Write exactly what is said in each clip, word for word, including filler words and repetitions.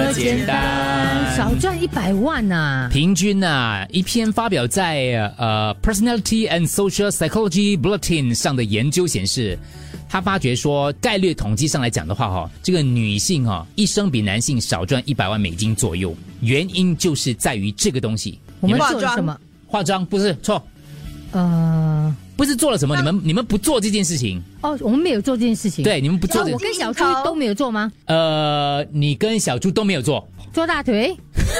么简单， 少赚一百万啊！ 平均啊，一篇发表在呃 Personality and Social Psychology Bulletin 上的研究显示，他发觉说，概率统计上来讲的话，哈，这个女性哈一生比男性少赚一百万美金左右，原因就是在于这个东西。 我们做了什么？ 化妆不是错， 呃。 不是做了什么，你们你们不做这件事情哦，我们没有做这件事情。 对，你们不做这件事情。我跟小猪都没有做吗？ 呃，你跟小猪都没有做。 做大腿？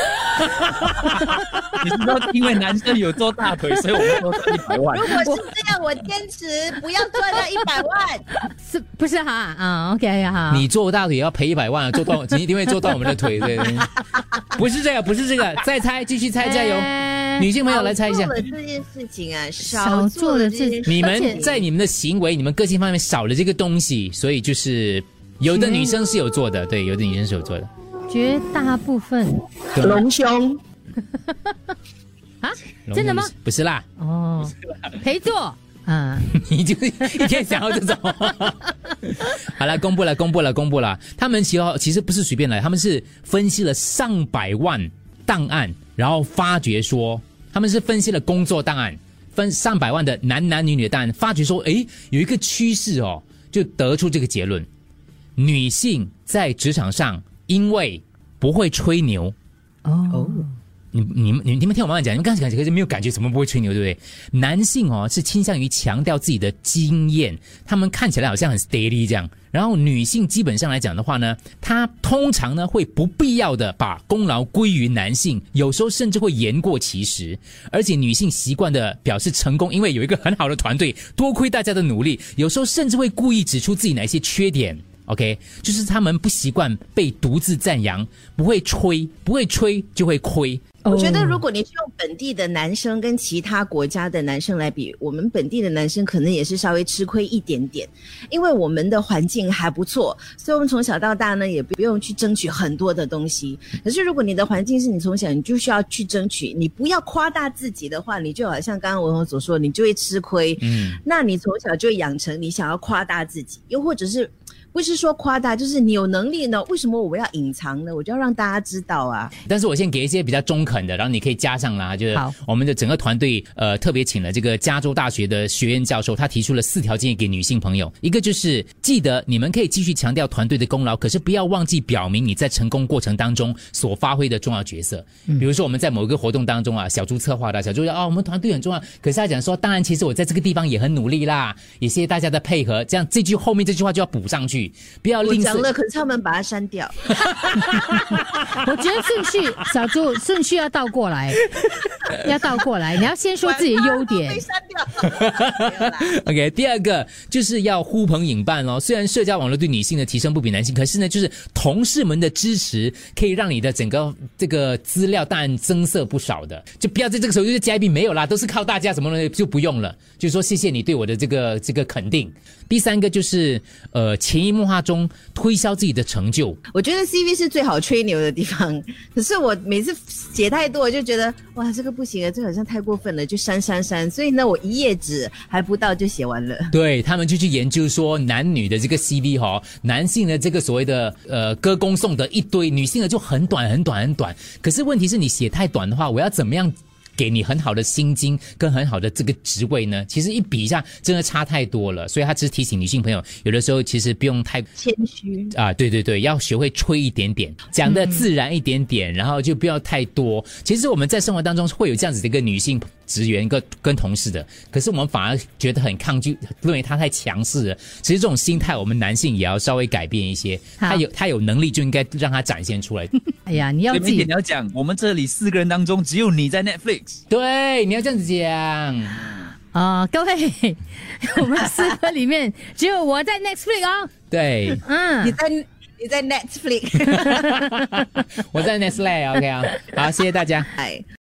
你是说因为男生有做大腿，所以我们多赚一百万？ 如果是这样，我坚持不要赚到一百万。 是不是哈？啊 ，OK 哈。 你做大腿要赔一百万，做断你一定会做断我们的腿，对对。不是这个，不是这个，再猜，继续猜，加油。女性朋友来猜一下， 少做了这件事情啊， 少做了这件事情。 你们在你们的行为、你们个性方面少了这个东西，所以就是有的女生是有做的，对，有的女生是有做的。 绝大部分隆胸啊？真的吗？ 不是啦， 哦，陪做啊， 你就一天想要这种。好了，公布了，公布了，公布了。他们其实其实不是随便来，他们是分析了上百万档案，然后发觉说，他们是分析了工作档案，分上百万的男男女女的档案，发觉说，诶，有一个趋势哦，就得出这个结论：女性在职场上因为不会吹牛哦。 你你们你们听我慢慢讲，你们刚才讲可是没有感觉什么不会吹牛，对不对？男性哦是倾向于强调自己的经验，他们看起来好像很 steady 这样。然后女性基本上来讲的话呢，她通常呢会不必要的把功劳归于男性，有时候甚至会言过其实。而且女性习惯的表示成功，因为有一个很好的团队，多亏大家的努力，有时候甚至会故意指出自己哪些缺点。OK， 就是他们不习惯被独自赞扬，不会吹，不会吹就会亏。 我觉得如果你是用本地的男生跟其他国家的男生来比，我们本地的男生可能也是稍微吃亏一点点，因为我们的环境还不错，所以我们从小到大呢也不用去争取很多的东西。可是如果你的环境是你从小你就需要去争取，你不要夸大自己的话，你就好像刚刚文宏所说，你就会吃亏。嗯，那你从小就养成你想要夸大自己，又或者是不是说夸大，就是你有能力呢，为什么我要隐藏呢？我就要让大家知道啊。 但是我先给一些比较中肯的，然后你可以加上啦，就是我们的整个团队呃特别请了这个加州大学的学院教授，他提出了四条建议给女性朋友。一个就是记得你们可以继续强调团队的功劳，可是不要忘记表明你在成功过程当中所发挥的重要角色。嗯、比如说我们在某一个活动当中啊，小猪策划的，小猪说啊我们团队很重要，可是他讲说，当然其实我在这个地方也很努力啦，也谢谢大家的配合。这样这句后面这句话就要补上去。不要吝啬。 我讲了，可是他们把它删掉。 我觉得顺序，小猪顺序要倒过来，要倒过来。你要先说自己的优点。 被删掉。 OK， 第二个就是要呼朋引伴哦。虽然社交网络对女性的提升不比男性，可是呢，就是同事们的支持可以让你的整个这个资料当然增色不少的。就不要在这个时候就是加一笔没有啦，都是靠大家什么东西就不用了。就是说谢谢你对我的这个这个肯定。第三个就是呃潜移默化中推销自己的成就。 我觉得 C V 是最好吹牛的地方，可是我每次写太多，我就觉得哇这个不行啊，这个好像太过分了，就删删删。所以呢，我一页纸还不到就写完了。 对，他们就去研究说男女的这个 C V 哈，男性的这个所谓的呃歌功颂德一堆，女性的就很短很短很短。可是问题是你写太短的话，我要怎么样给你很好的薪金跟很好的这个职位呢？其实一比一下真的差太多了，所以他只是提醒女性朋友，有的时候其实不用太谦虚啊，对对对，要学会吹一点点，讲的自然一点点，嗯、然后就不要太多。其实我们在生活当中会有这样子的一个女性职员跟跟同事的，可是我们反而觉得很抗拒，认为她太强势了。其实这种心态，我们男性也要稍微改变一些。他有他有能力就应该让他展现出来。 哎呀，你要自己你要讲，我们这里四个人当中只有你在 Netflix。 对，你要这样子讲啊、呃，各位，我们四个里面只有我在 Netflix 哦。 对， 嗯，你在你在 Netflix， 我在 Nestle，OK、okay、啊，好，谢谢大家。